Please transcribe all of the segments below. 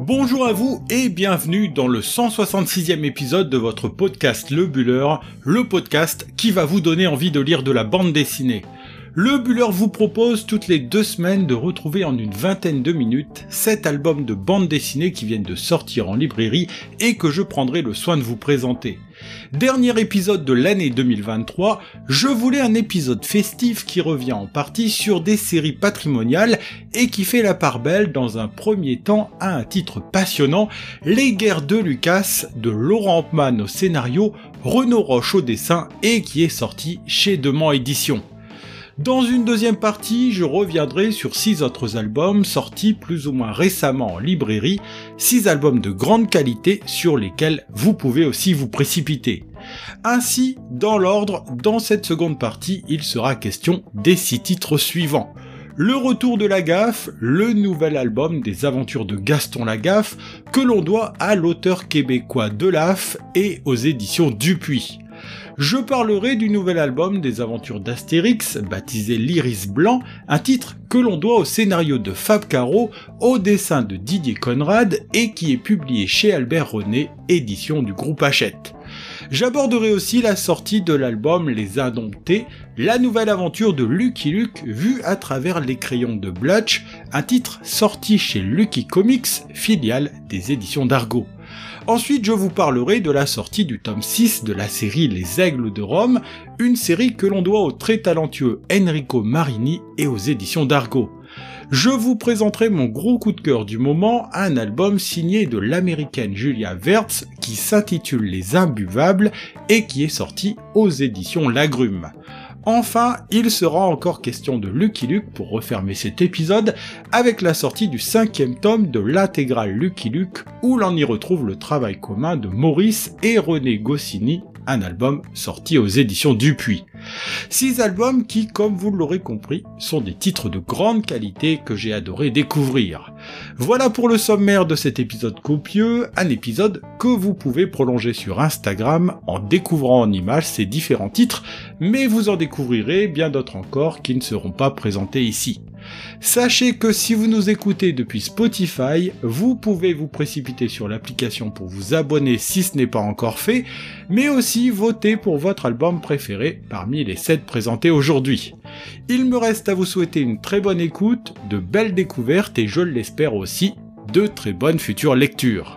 Bonjour à vous et bienvenue dans le 166e épisode de votre podcast Le Buller, le podcast qui va vous donner envie de lire de la bande dessinée. Le Buller vous propose toutes les 2 semaines de retrouver en une vingtaine de minutes 7 albums de bande dessinée qui viennent de sortir en librairie et que je prendrai le soin de vous présenter. Dernier épisode de l'année 2023, je voulais un épisode festif qui revient en partie sur des séries patrimoniales et qui fait la part belle dans un premier temps à un titre passionnant, Les Guerres de Lucas de Laurent Hopman au scénario, Renaud Roche au dessin et qui est sorti chez Demant Éditions. Dans une deuxième partie, je reviendrai sur 6 autres albums sortis plus ou moins récemment en librairie, 6 albums de grande qualité sur lesquels vous pouvez aussi vous précipiter. Ainsi, dans l'ordre, dans cette seconde partie, il sera question des 6 titres suivants. Le retour de Lagaffe, le nouvel album des aventures de Gaston Lagaffe, que l'on doit à l'auteur québécois Delaf et aux éditions Dupuis. Je parlerai du nouvel album des aventures d'Astérix, baptisé L'Iris Blanc, un titre que l'on doit au scénario de Fab Caro, au dessin de Didier Conrad et qui est publié chez Albert René, édition du groupe Hachette. J'aborderai aussi la sortie de l'album Les Indomptés, la nouvelle aventure de Lucky Luke vue à travers les crayons de Blutch, un titre sorti chez Lucky Comics, filiale des éditions d'Argo. Ensuite, je vous parlerai de la sortie du tome 6 de la série Les Aigles de Rome, une série que l'on doit au très talentueux Enrico Marini et aux éditions d'Argo. Je vous présenterai mon gros coup de cœur du moment, un album signé de l'américaine Julia Wertz qui s'intitule Les Imbuvables et qui est sorti aux éditions Lagrume. Enfin, il sera encore question de Lucky Luke pour refermer cet épisode avec la sortie du 5e tome de l'intégrale Lucky Luke où l'on y retrouve le travail commun de Maurice et René Goscinny, un album sorti aux éditions Dupuis. 6 albums qui, comme vous l'aurez compris, sont des titres de grande qualité que j'ai adoré découvrir. Voilà pour le sommaire de cet épisode copieux, un épisode que vous pouvez prolonger sur Instagram en découvrant en images ces différents titres, mais vous en découvrirez bien d'autres encore qui ne seront pas présentés ici. Sachez que si vous nous écoutez depuis Spotify, vous pouvez vous précipiter sur l'application pour vous abonner si ce n'est pas encore fait, mais aussi voter pour votre album préféré parmi les 7 présentés aujourd'hui. Il me reste à vous souhaiter une très bonne écoute, de belles découvertes et je l'espère aussi, de très bonnes futures lectures.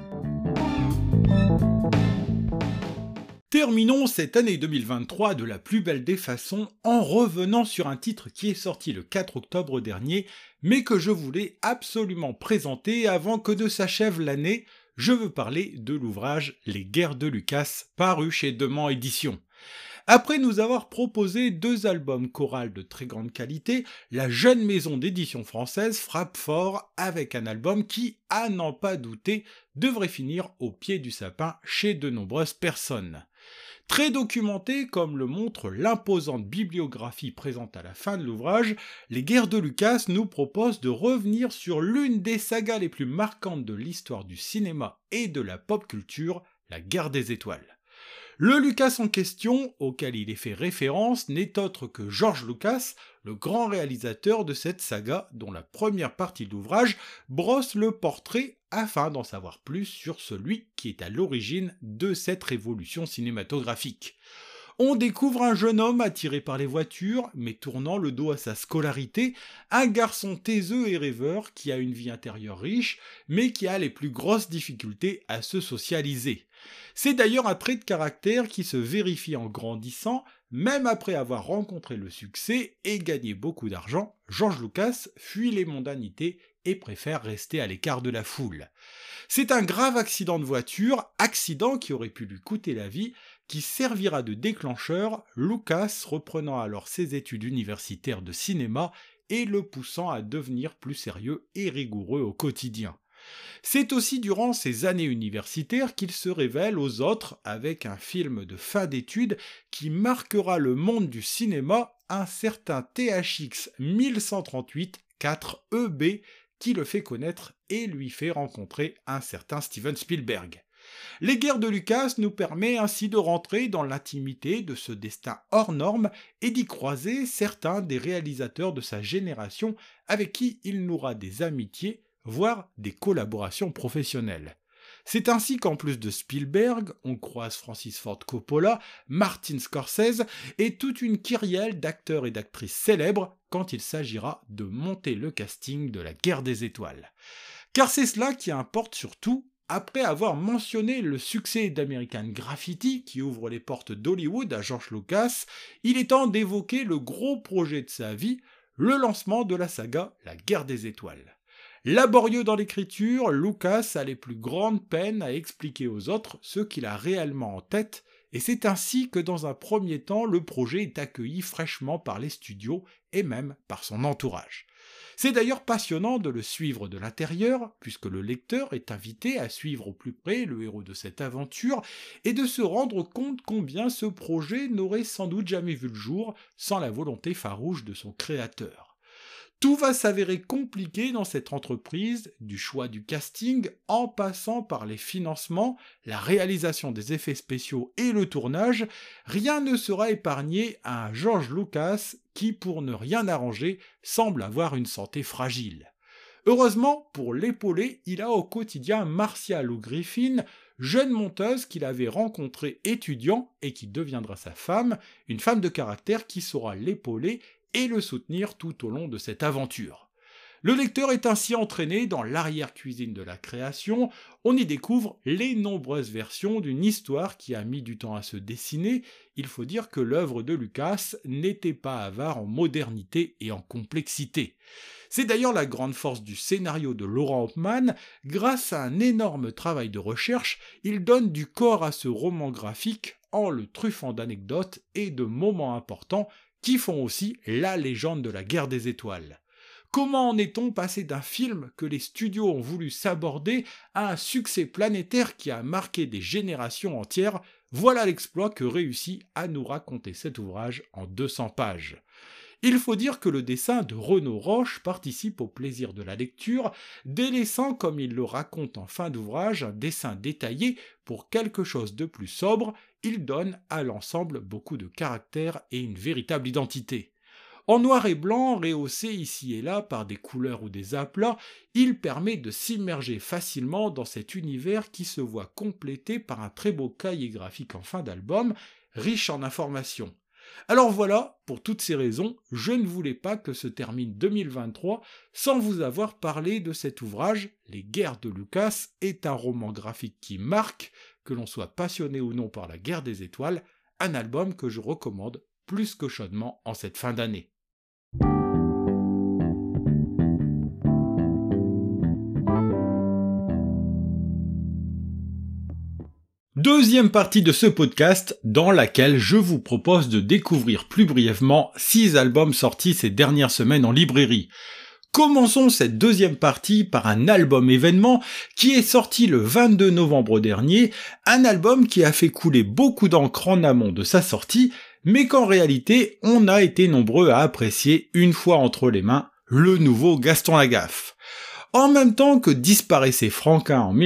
Terminons cette année 2023 de la plus belle des façons en revenant sur un titre qui est sorti le 4 octobre dernier, mais que je voulais absolument présenter avant que ne s'achève l'année. Je veux parler de l'ouvrage Les Guerres de Lucas, paru chez Demant Éditions. Après nous avoir proposé 2 albums chorales de très grande qualité, la jeune maison d'édition française frappe fort avec un album qui, à n'en pas douter, devrait finir au pied du sapin chez de nombreuses personnes. Très documenté, comme le montre l'imposante bibliographie présente à la fin de l'ouvrage, Les Guerres de Lucas nous propose de revenir sur l'une des sagas les plus marquantes de l'histoire du cinéma et de la pop culture, la Guerre des Étoiles. Le Lucas en question, auquel il est fait référence, n'est autre que George Lucas, le grand réalisateur de cette saga dont la première partie de l'ouvrage brosse le portrait afin d'en savoir plus sur celui qui est à l'origine de cette révolution cinématographique. On découvre un jeune homme attiré par les voitures, mais tournant le dos à sa scolarité, un garçon taiseux et rêveur qui a une vie intérieure riche, mais qui a les plus grosses difficultés à se socialiser. C'est d'ailleurs un trait de caractère qui se vérifie en grandissant, même après avoir rencontré le succès et gagné beaucoup d'argent, George Lucas fuit les mondanités et préfère rester à l'écart de la foule. C'est un grave accident de voiture, accident qui aurait pu lui coûter la vie, qui servira de déclencheur, Lucas reprenant alors ses études universitaires de cinéma et le poussant à devenir plus sérieux et rigoureux au quotidien. C'est aussi durant ces années universitaires qu'il se révèle aux autres avec un film de fin d'études qui marquera le monde du cinéma, un certain THX 1138 4EB qui le fait connaître et lui fait rencontrer un certain Steven Spielberg. Les Guerres de Lucas nous permet ainsi de rentrer dans l'intimité de ce destin hors norme et d'y croiser certains des réalisateurs de sa génération avec qui il nouera des amitiés, voire des collaborations professionnelles. C'est ainsi qu'en plus de Spielberg, on croise Francis Ford Coppola, Martin Scorsese et toute une kyrielle d'acteurs et d'actrices célèbres quand il s'agira de monter le casting de la Guerre des Étoiles. Car c'est cela qui importe surtout. Après avoir mentionné le succès d'American Graffiti qui ouvre les portes d'Hollywood à George Lucas, il est temps d'évoquer le gros projet de sa vie, le lancement de la saga La Guerre des Étoiles. Laborieux dans l'écriture, Lucas a les plus grandes peines à expliquer aux autres ce qu'il a réellement en tête, et c'est ainsi que dans un premier temps, le projet est accueilli fraîchement par les studios et même par son entourage. C'est d'ailleurs passionnant de le suivre de l'intérieur, puisque le lecteur est invité à suivre au plus près le héros de cette aventure et de se rendre compte combien ce projet n'aurait sans doute jamais vu le jour sans la volonté farouche de son créateur. Tout va s'avérer compliqué dans cette entreprise, du choix du casting, en passant par les financements, la réalisation des effets spéciaux et le tournage, rien ne sera épargné à un George Lucas qui, pour ne rien arranger, semble avoir une santé fragile. Heureusement, pour l'épauler, il a au quotidien Marcia Lou Griffin, jeune monteuse qu'il avait rencontrée étudiant et qui deviendra sa femme, une femme de caractère qui saura l'épauler et le soutenir tout au long de cette aventure. Le lecteur est ainsi entraîné dans l'arrière-cuisine de la création, on y découvre les nombreuses versions d'une histoire qui a mis du temps à se dessiner. Il faut dire que l'œuvre de Lucas n'était pas avare en modernité et en complexité. C'est d'ailleurs la grande force du scénario de Laurent Hoffman. Grâce à un énorme travail de recherche, il donne du corps à ce roman graphique en le truffant d'anecdotes et de moments importants qui font aussi la légende de la Guerre des Étoiles. Comment en est-on passé d'un film que les studios ont voulu s'aborder à un succès planétaire qui a marqué des générations entières? Voilà l'exploit que réussit à nous raconter cet ouvrage en 200 pages. Il faut dire que le dessin de Renaud Roche participe au plaisir de la lecture, délaissant, comme il le raconte en fin d'ouvrage, un dessin détaillé pour quelque chose de plus sobre. Il donne à l'ensemble beaucoup de caractère et une véritable identité. En noir et blanc, rehaussé ici et là par des couleurs ou des aplats, il permet de s'immerger facilement dans cet univers qui se voit complété par un très beau cahier graphique en fin d'album, riche en informations. Alors voilà, pour toutes ces raisons, je ne voulais pas que se termine 2023 sans vous avoir parlé de cet ouvrage. Les Guerres de Lucas est un roman graphique qui marque, que l'on soit passionné ou non par la Guerre des Étoiles, un album que je recommande plus que chaudement en cette fin d'année. Deuxième partie de ce podcast dans laquelle je vous propose de découvrir plus brièvement 6 albums sortis ces dernières semaines en librairie. Commençons cette deuxième partie par un album événement qui est sorti le 22 novembre dernier, un album qui a fait couler beaucoup d'encre en amont de sa sortie, mais qu'en réalité on a été nombreux à apprécier une fois entre les mains, le nouveau Gaston Lagaffe. En même temps que disparaissait Franquin en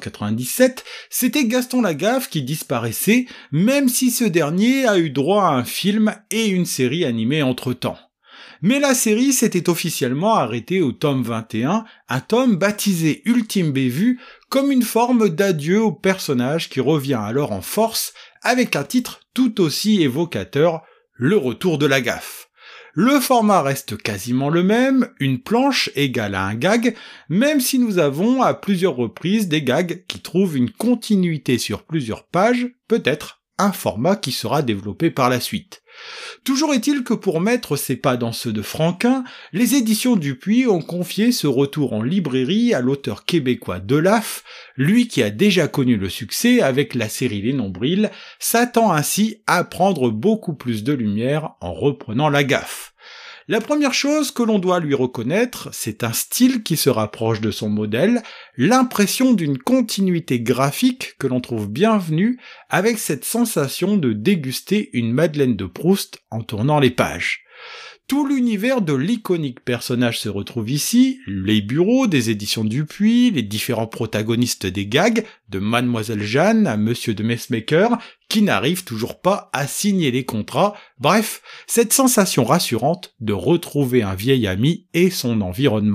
1997, c'était Gaston Lagaffe qui disparaissait, même si ce dernier a eu droit à un film et une série animée entre-temps. Mais la série s'était officiellement arrêtée au tome 21, un tome baptisé Ultime Bévue, comme une forme d'adieu au personnage qui revient alors en force, avec un titre tout aussi évocateur, Le Retour de Lagaffe. Le format reste quasiment le même, une planche égale à un gag, même si nous avons à plusieurs reprises des gags qui trouvent une continuité sur plusieurs pages, peut-être un format qui sera développé par la suite. Toujours est-il que pour mettre ses pas dans ceux de Franquin, les éditions Dupuis ont confié ce retour en librairie à l'auteur québécois Delaf, lui qui a déjà connu le succès avec la série Les Nombrils, s'attend ainsi à prendre beaucoup plus de lumière en reprenant Lagaffe. La première chose que l'on doit lui reconnaître, c'est un style qui se rapproche de son modèle, l'impression d'une continuité graphique que l'on trouve bienvenue, avec cette sensation de déguster une Madeleine de Proust en tournant les pages. Tout l'univers de l'iconique personnage se retrouve ici, les bureaux des éditions Dupuis, les différents protagonistes des gags, de Mademoiselle Jeanne à Monsieur de Messmaker, qui n'arrivent toujours pas à signer les contrats, bref, cette sensation rassurante de retrouver un vieil ami et son environnement.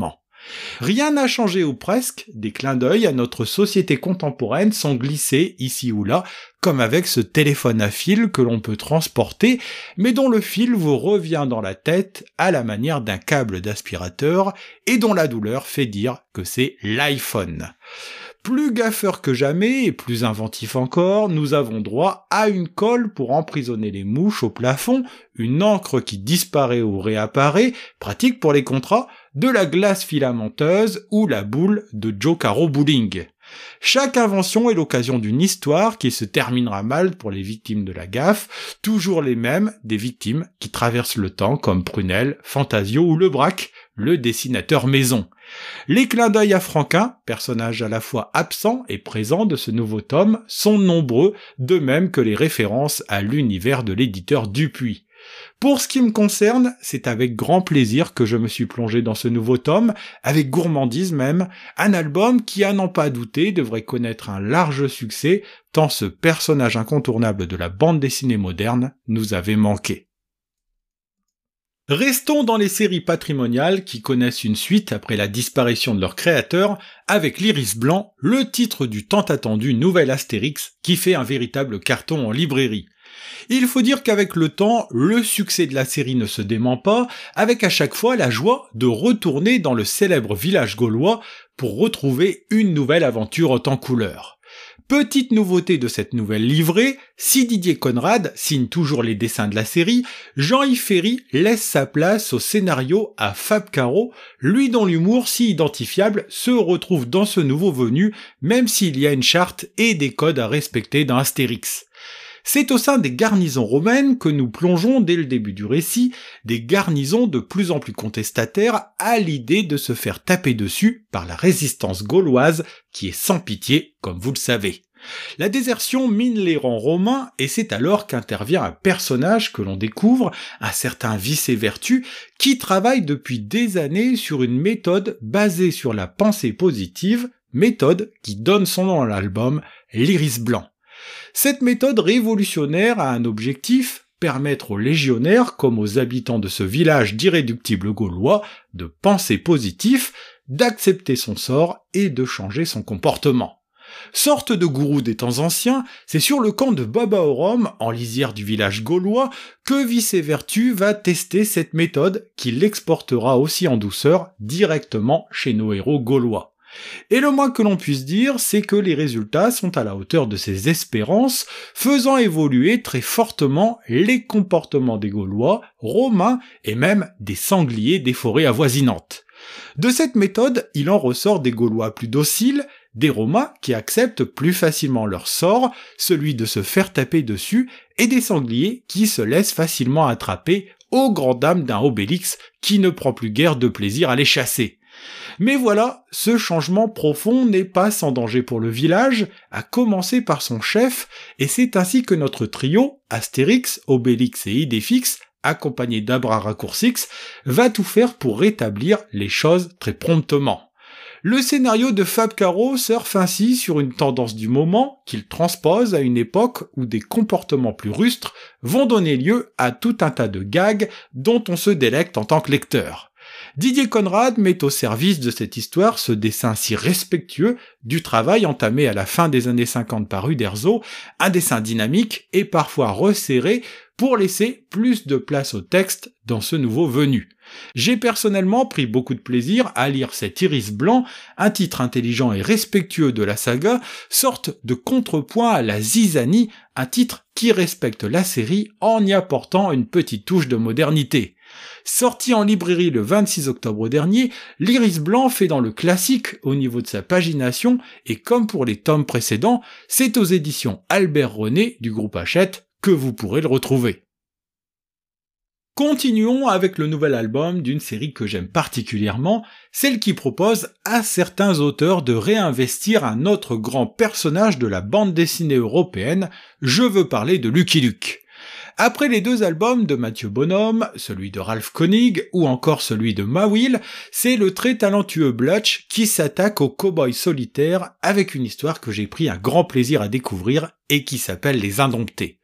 Rien n'a changé ou presque, des clins d'œil à notre société contemporaine sont glissés ici ou là, comme avec ce téléphone à fil que l'on peut transporter, mais dont le fil vous revient dans la tête à la manière d'un câble d'aspirateur et dont la douleur fait dire que c'est l'iPhone. Plus gaffeur que jamais et plus inventif encore, nous avons droit à une colle pour emprisonner les mouches au plafond, une encre qui disparaît ou réapparaît, pratique pour les contrats, de la glace filamenteuse ou la boule de Joe Caro Bowling. Chaque invention est l'occasion d'une histoire qui se terminera mal pour les victimes de la gaffe, toujours les mêmes, des victimes qui traversent le temps comme Prunelle, Fantasio ou Lebrac, le dessinateur maison. Les clins d'œil à Franquin, personnage à la fois absent et présent de ce nouveau tome, sont nombreux, de même que les références à l'univers de l'éditeur Dupuis. Pour ce qui me concerne, c'est avec grand plaisir que je me suis plongé dans ce nouveau tome, avec gourmandise même, un album qui, à n'en pas douter, devrait connaître un large succès, tant ce personnage incontournable de la bande dessinée moderne nous avait manqué. Restons dans les séries patrimoniales qui connaissent une suite après la disparition de leur créateur, avec l'Iris Blanc, le titre du tant attendu nouvel Astérix qui fait un véritable carton en librairie. Il faut dire qu'avec le temps, le succès de la série ne se dément pas, avec à chaque fois la joie de retourner dans le célèbre village gaulois pour retrouver une nouvelle aventure haute en couleurs. Petite nouveauté de cette nouvelle livrée, si Didier Conrad signe toujours les dessins de la série, Jean-Yves Ferry laisse sa place au scénario à Fab Caro, lui dont l'humour si identifiable se retrouve dans ce nouveau venu, même s'il y a une charte et des codes à respecter dans Astérix. C'est au sein des garnisons romaines que nous plongeons dès le début du récit, des garnisons de plus en plus contestataires à l'idée de se faire taper dessus par la résistance gauloise qui est sans pitié, comme vous le savez. La désertion mine les rangs romains et c'est alors qu'intervient un personnage que l'on découvre, un certain Vicé-Vertu, qui travaille depuis des années sur une méthode basée sur la pensée positive, méthode qui donne son nom à l'album, l'Iris Blanc. Cette méthode révolutionnaire a un objectif, permettre aux légionnaires, comme aux habitants de ce village d'irréductibles gaulois, de penser positif, d'accepter son sort et de changer son comportement. Sorte de gourou des temps anciens, c'est sur le camp de Babaorum, en lisière du village gaulois, que Vicé-Vertu va tester cette méthode qui l'exportera aussi en douceur directement chez nos héros gaulois. Et le moins que l'on puisse dire, c'est que les résultats sont à la hauteur de ses espérances, faisant évoluer très fortement les comportements des Gaulois, Romains et même des sangliers des forêts avoisinantes. De cette méthode, il en ressort des Gaulois plus dociles, des Romains qui acceptent plus facilement leur sort, celui de se faire taper dessus, et des sangliers qui se laissent facilement attraper aux grandes dames d'un Obélix qui ne prend plus guère de plaisir à les chasser. Mais voilà, ce changement profond n'est pas sans danger pour le village, à commencer par son chef, et c'est ainsi que notre trio, Astérix, Obélix et Idéfix, accompagné d'Abraraccourcix, va tout faire pour rétablir les choses très promptement. Le scénario de Fab Caro surfe ainsi sur une tendance du moment qu'il transpose à une époque où des comportements plus rustres vont donner lieu à tout un tas de gags dont on se délecte en tant que lecteur. Didier Conrad met au service de cette histoire ce dessin si respectueux du travail entamé à la fin des années 50 par Uderzo, un dessin dynamique et parfois resserré pour laisser plus de place au texte dans ce nouveau venu. J'ai personnellement pris beaucoup de plaisir à lire cet Iris Blanc, un titre intelligent et respectueux de la saga, sorte de contrepoint à la zizanie, un titre qui respecte la série en y apportant une petite touche de modernité. Sorti en librairie le 26 octobre dernier, l'Iris Blanc fait dans le classique au niveau de sa pagination et comme pour les tomes précédents, c'est aux éditions Albert René du groupe Hachette que vous pourrez le retrouver. Continuons avec le nouvel album d'une série que j'aime particulièrement, celle qui propose à certains auteurs de réinvestir un autre grand personnage de la bande dessinée européenne, je veux parler de Lucky Luke. Après les deux albums de Mathieu Bonhomme, celui de Ralph Koenig ou encore celui de Mawill, c'est le très talentueux Blutch qui s'attaque au cow-boy solitaire avec une histoire que j'ai pris un grand plaisir à découvrir et qui s'appelle Les Indomptés.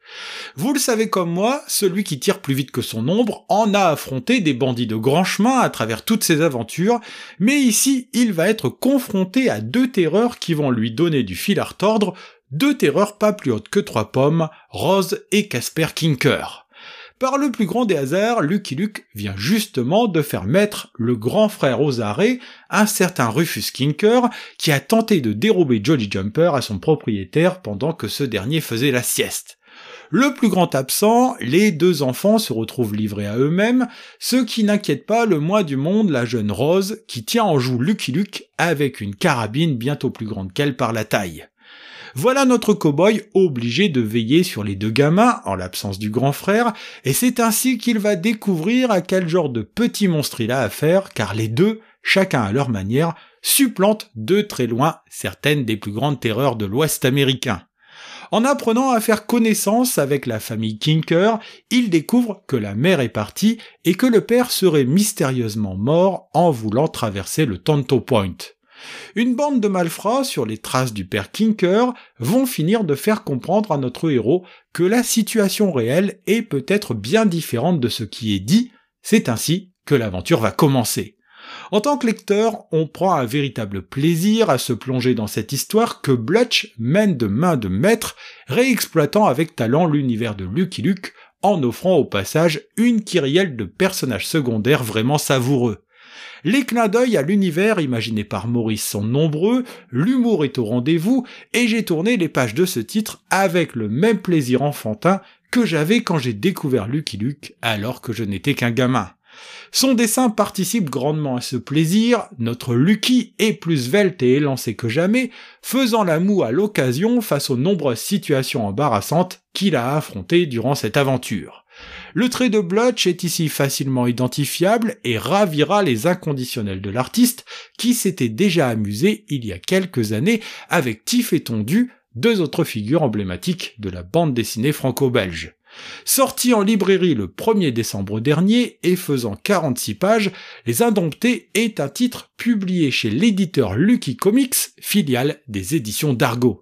Vous le savez comme moi, celui qui tire plus vite que son ombre en a affronté des bandits de grand chemin à travers toutes ses aventures, mais ici, il va être confronté à 2 terreurs qui vont lui donner du fil à retordre, 2 terreurs pas plus hautes que 3 pommes, Rose et Casper Kinker. Par le plus grand des hasards, Lucky Luke vient justement de faire mettre le grand frère aux arrêts, un certain Rufus Kinker, qui a tenté de dérober Jolly Jumper à son propriétaire pendant que ce dernier faisait la sieste. Le plus grand absent, les 2 enfants se retrouvent livrés à eux-mêmes, ce qui n'inquiète pas le moins du monde la jeune Rose, qui tient en joue Lucky Luke avec une carabine bientôt plus grande qu'elle par la taille. Voilà notre cow-boy obligé de veiller sur les 2 gamins, en l'absence du grand frère, et c'est ainsi qu'il va découvrir à quel genre de petit monstre il a affaire, car les 2, chacun à leur manière, supplantent de très loin certaines des plus grandes terreurs de l'Ouest américain. En apprenant à faire connaissance avec la famille Kinker, il découvre que la mère est partie et que le père serait mystérieusement mort en voulant traverser le Tonto Point. Une bande de malfrats sur les traces du père Kinker vont finir de faire comprendre à notre héros que la situation réelle est peut-être bien différente de ce qui est dit, c'est ainsi que l'aventure va commencer. En tant que lecteur, on prend un véritable plaisir à se plonger dans cette histoire que Blutch mène de main de maître, réexploitant avec talent l'univers de Lucky Luke, en offrant au passage une kyrielle de personnages secondaires vraiment savoureux. Les clins d'œil à l'univers imaginé par Maurice sont nombreux, l'humour est au rendez-vous, et j'ai tourné les pages de ce titre avec le même plaisir enfantin que j'avais quand j'ai découvert Lucky Luke alors que je n'étais qu'un gamin. Son dessin participe grandement à ce plaisir, notre Lucky est plus svelte et élancé que jamais, faisant la moue à l'occasion face aux nombreuses situations embarrassantes qu'il a affrontées durant cette aventure. Le trait de Blutch est ici facilement identifiable et ravira les inconditionnels de l'artiste qui s'était déjà amusé il y a quelques années avec Tiff et Tondu, 2 autres figures emblématiques de la bande dessinée franco-belge. Sorti en librairie le 1er décembre dernier et faisant 46 pages, Les Indomptés est un titre publié chez l'éditeur Lucky Comics, filiale des éditions d'Argo.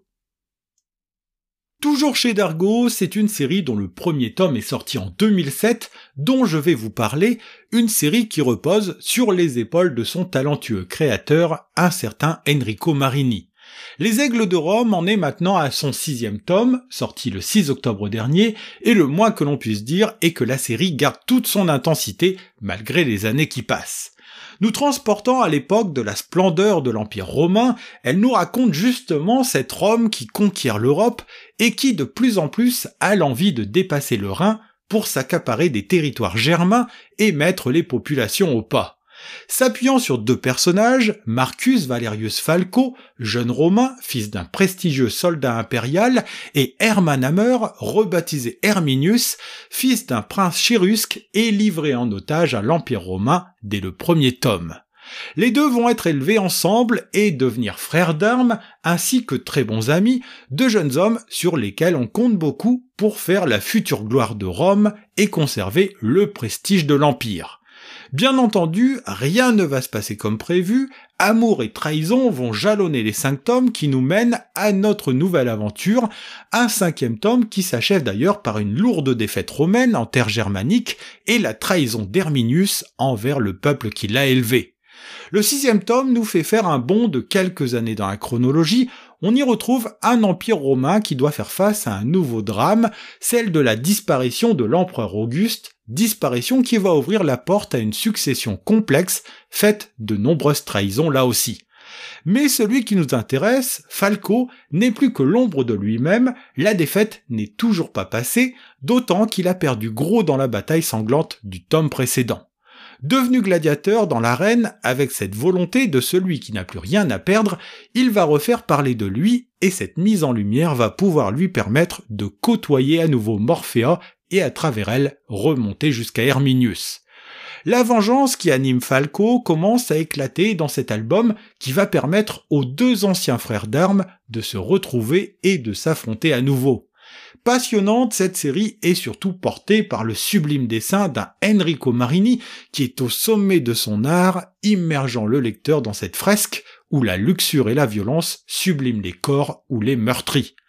Toujours chez Dargo, c'est une série dont le premier tome est sorti en 2007, dont je vais vous parler, une série qui repose sur les épaules de son talentueux créateur, un certain Enrico Marini. Les Aigles de Rome en est maintenant à son 6e tome, sorti le 6 octobre dernier, et le moins que l'on puisse dire est que la série garde toute son intensité malgré les années qui passent. Nous transportant à l'époque de la splendeur de l'Empire romain, elle nous raconte justement cette Rome qui conquiert l'Europe et qui de plus en plus a l'envie de dépasser le Rhin pour s'accaparer des territoires germains et mettre les populations au pas. S'appuyant sur 2 personnages, Marcus Valerius Falco, jeune romain, fils d'un prestigieux soldat impérial, et Hermann Hammer, rebaptisé Herminius, fils d'un prince chérusque et livré en otage à l'Empire romain dès le 1er tome. Les 2 vont être élevés ensemble et devenir frères d'armes, ainsi que très bons amis, 2 jeunes hommes sur lesquels on compte beaucoup pour faire la future gloire de Rome et conserver le prestige de l'Empire. Bien entendu, rien ne va se passer comme prévu, amour et trahison vont jalonner les 5 tomes qui nous mènent à notre nouvelle aventure, un 5e tome qui s'achève d'ailleurs par une lourde défaite romaine en terre germanique et la trahison d'Herminius envers le peuple qui l'a élevé. Le 6e tome nous fait faire un bond de quelques années dans la chronologie, on y retrouve un empire romain qui doit faire face à un nouveau drame, celle de la disparition de l'empereur Auguste, disparition qui va ouvrir la porte à une succession complexe, faite de nombreuses trahisons là aussi. Mais celui qui nous intéresse, Falco, n'est plus que l'ombre de lui-même, la défaite n'est toujours pas passée, d'autant qu'il a perdu gros dans la bataille sanglante du tome précédent. Devenu gladiateur dans l'arène, avec cette volonté de celui qui n'a plus rien à perdre, il va refaire parler de lui, et cette mise en lumière va pouvoir lui permettre de côtoyer à nouveau Morphea, et à travers elle, remonter jusqu'à Herminius. La vengeance qui anime Falco commence à éclater dans cet album qui va permettre aux 2 anciens frères d'armes de se retrouver et de s'affronter à nouveau. Passionnante, cette série est surtout portée par le sublime dessin d'un Enrico Marini qui est au sommet de son art, immergeant le lecteur dans cette fresque où la luxure et la violence subliment les corps ou les meurtris.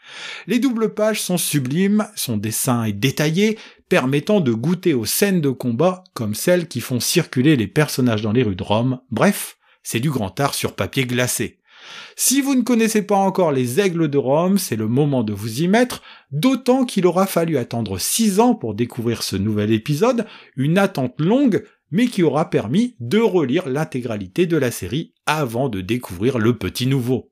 Les doubles pages sont sublimes, son dessin est détaillé, permettant de goûter aux scènes de combat comme celles qui font circuler les personnages dans les rues de Rome. Bref, c'est du grand art sur papier glacé. Si vous ne connaissez pas encore les Aigles de Rome, c'est le moment de vous y mettre, d'autant qu'il aura fallu attendre 6 ans pour découvrir ce nouvel épisode, une attente longue, mais qui aura permis de relire l'intégralité de la série avant de découvrir le petit nouveau.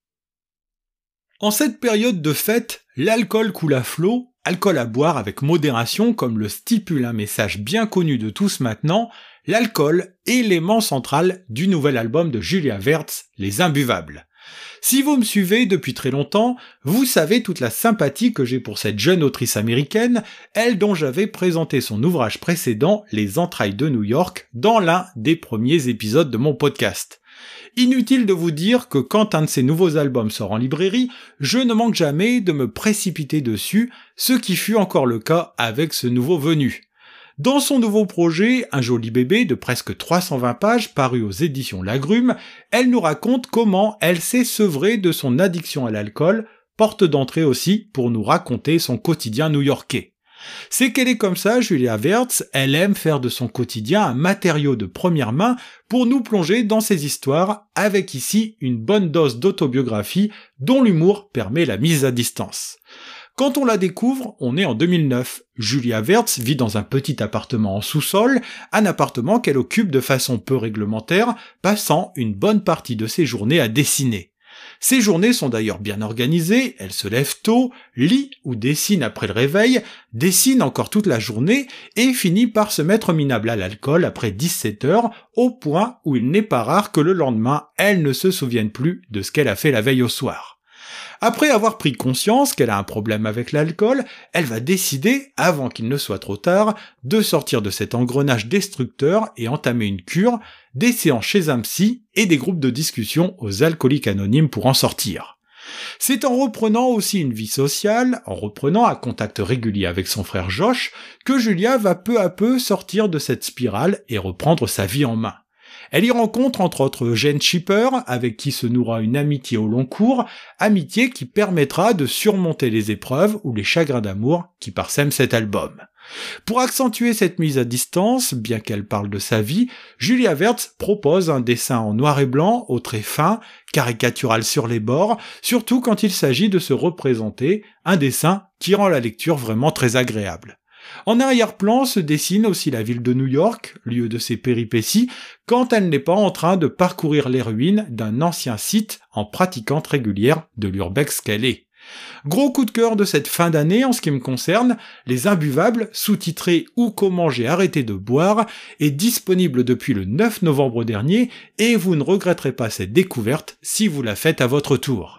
En cette période de fête, l'alcool coule à flot, alcool à boire avec modération comme le stipule un message bien connu de tous maintenant, l'alcool, élément central du nouvel album de Julia Wertz, Les Imbuvables. Si vous me suivez depuis très longtemps, vous savez toute la sympathie que j'ai pour cette jeune autrice américaine, elle dont j'avais présenté son ouvrage précédent, Les Entrailles de New York, dans l'un des premiers épisodes de mon podcast. Inutile de vous dire que quand un de ses nouveaux albums sort en librairie, je ne manque jamais de me précipiter dessus, ce qui fut encore le cas avec ce nouveau venu. Dans son nouveau projet, Un joli bébé de presque 320 pages paru aux éditions Lagrume, elle nous raconte comment elle s'est sevrée de son addiction à l'alcool, porte d'entrée aussi pour nous raconter son quotidien new-yorkais. C'est qu'elle est comme ça, Julia Wertz, elle aime faire de son quotidien un matériau de première main pour nous plonger dans ses histoires, avec ici une bonne dose d'autobiographie dont l'humour permet la mise à distance. Quand on la découvre, on est en 2009. Julia Wertz vit dans un petit appartement en sous-sol, un appartement qu'elle occupe de façon peu réglementaire, passant une bonne partie de ses journées à dessiner. Ces journées sont d'ailleurs bien organisées, elle se lève tôt, lit ou dessine après le réveil, dessine encore toute la journée et finit par se mettre minable à l'alcool après 17 heures, au point où il n'est pas rare que le lendemain, elle ne se souvienne plus de ce qu'elle a fait la veille au soir. Après avoir pris conscience qu'elle a un problème avec l'alcool, elle va décider, avant qu'il ne soit trop tard, de sortir de cet engrenage destructeur et entamer une cure, des séances chez un psy et des groupes de discussion aux alcooliques anonymes pour en sortir. C'est en reprenant aussi une vie sociale, en reprenant un contact régulier avec son frère Josh, que Julia va peu à peu sortir de cette spirale et reprendre sa vie en main. Elle y rencontre entre autres Eugene Schipper, avec qui se nouera une amitié au long cours, amitié qui permettra de surmonter les épreuves ou les chagrins d'amour qui parsèment cet album. Pour accentuer cette mise à distance, bien qu'elle parle de sa vie, Julia Wertz propose un dessin en noir et blanc, au trait fin, caricatural sur les bords, surtout quand il s'agit de se représenter, un dessin qui rend la lecture vraiment très agréable. En arrière-plan se dessine aussi la ville de New York, lieu de ses péripéties, quand elle n'est pas en train de parcourir les ruines d'un ancien site en pratiquante régulière de l'urbex qu'elle est. Gros coup de cœur de cette fin d'année en ce qui me concerne, Les Imbuvables, sous-titré Ou comment j'ai arrêté de boire, est disponible depuis le 9 novembre dernier et vous ne regretterez pas cette découverte si vous la faites à votre tour.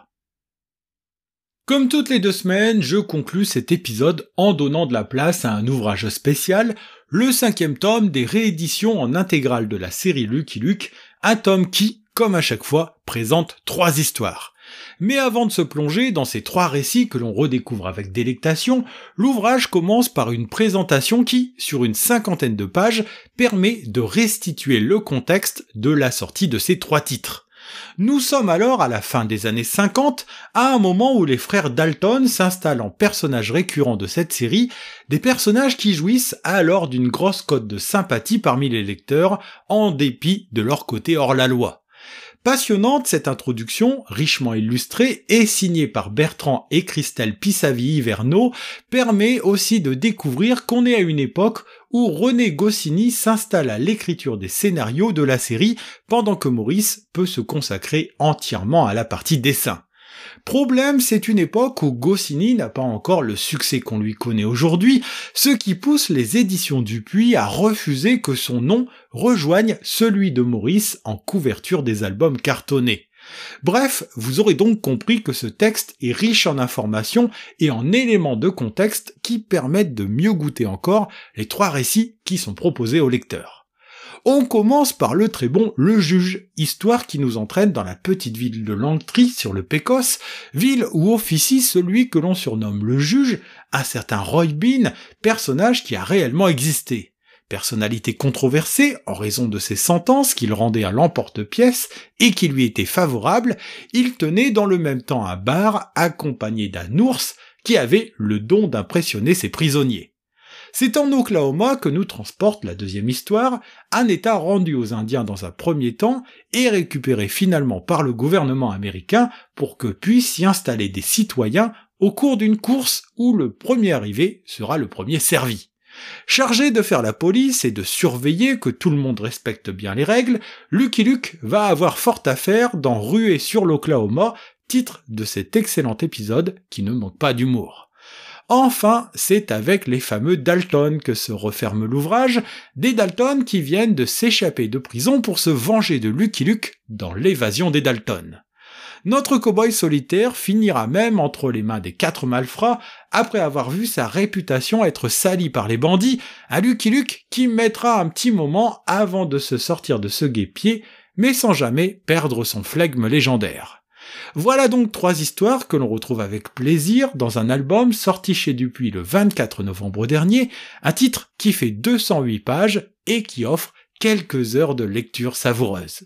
Comme toutes les 2 semaines, je conclus cet épisode en donnant de la place à un ouvrage spécial, le 5e tome des rééditions en intégrale de la série Lucky Luke, un tome qui, comme à chaque fois, présente 3 histoires. Mais avant de se plonger dans ces 3 récits que l'on redécouvre avec délectation, l'ouvrage commence par une présentation qui, sur une 50aine de pages, permet de restituer le contexte de la sortie de ces 3 titres. Nous sommes alors à la fin des années 50, à un moment où les frères Dalton s'installent en personnages récurrents de cette série, des personnages qui jouissent alors d'une grosse cote de sympathie parmi les lecteurs, en dépit de leur côté hors la loi. Passionnante, cette introduction, richement illustrée et signée par Bertrand et Christelle Pissavi-Hiverneau, permet aussi de découvrir qu'on est à une époque où René Goscinny s'installe à l'écriture des scénarios de la série, pendant que Maurice peut se consacrer entièrement à la partie dessin. Problème, c'est une époque où Goscinny n'a pas encore le succès qu'on lui connaît aujourd'hui, ce qui pousse les éditions Dupuis à refuser que son nom rejoigne celui de Maurice en couverture des albums cartonnés. Bref, vous aurez donc compris que ce texte est riche en informations et en éléments de contexte qui permettent de mieux goûter encore les 3 récits qui sont proposés au lecteur. On commence par le très bon Le Juge, histoire qui nous entraîne dans la petite ville de Langtry sur le Pécosse, ville où officie celui que l'on surnomme le Juge, un certain Roy Bean, personnage qui a réellement existé. Personnalité controversée en raison de ses sentences qu'il rendait à l'emporte-pièce et qui lui étaient favorables, il tenait dans le même temps un bar accompagné d'un ours qui avait le don d'impressionner ses prisonniers. C'est en Oklahoma que nous transporte la deuxième histoire, un État rendu aux Indiens dans un premier temps et récupéré finalement par le gouvernement américain pour que puissent s'y installer des citoyens au cours d'une course où le premier arrivé sera le premier servi. Chargé de faire la police et de surveiller que tout le monde respecte bien les règles, Lucky Luke va avoir fort à faire dans Ruer sur l'Oklahoma, titre de cet excellent épisode qui ne manque pas d'humour. Enfin, c'est avec les fameux Dalton que se referme l'ouvrage, des Dalton qui viennent de s'échapper de prison pour se venger de Lucky Luke dans l'évasion des Dalton. Notre cow-boy solitaire finira même entre les mains des 4 malfrats après avoir vu sa réputation être salie par les bandits, un Lucky Luke qui mettra un petit moment avant de se sortir de ce guêpier, mais sans jamais perdre son flegme légendaire. Voilà donc 3 histoires que l'on retrouve avec plaisir dans un album sorti chez Dupuis le 24 novembre dernier, un titre qui fait 208 pages et qui offre quelques heures de lecture savoureuse.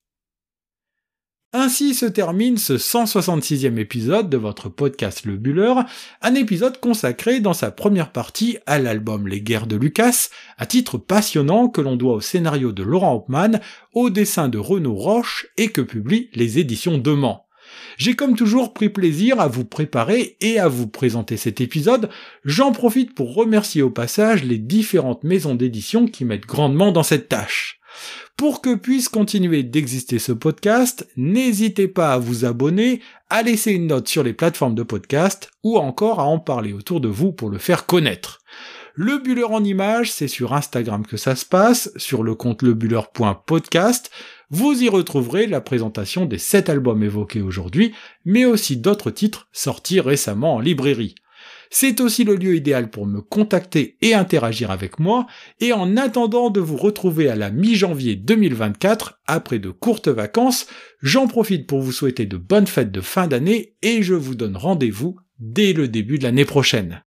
Ainsi se termine ce 166e épisode de votre podcast Le Buller, un épisode consacré dans sa première partie à l'album Les Guerres de Lucas, un titre passionnant que l'on doit au scénario de Laurent Hauptmann, au dessin de Renaud Roche et que publient les éditions de Mans. J'ai comme toujours pris plaisir à vous préparer et à vous présenter cet épisode, j'en profite pour remercier au passage les différentes maisons d'édition qui m'aident grandement dans cette tâche. Pour que puisse continuer d'exister ce podcast, n'hésitez pas à vous abonner, à laisser une note sur les plateformes de podcast ou encore à en parler autour de vous pour le faire connaître. Le Buller en images, c'est sur Instagram que ça se passe, sur le compte lebuller.podcast. Vous y retrouverez la présentation des 7 albums évoqués aujourd'hui, mais aussi d'autres titres sortis récemment en librairie. C'est aussi le lieu idéal pour me contacter et interagir avec moi, et en attendant de vous retrouver à la mi-janvier 2024, après de courtes vacances, j'en profite pour vous souhaiter de bonnes fêtes de fin d'année, et je vous donne rendez-vous dès le début de l'année prochaine.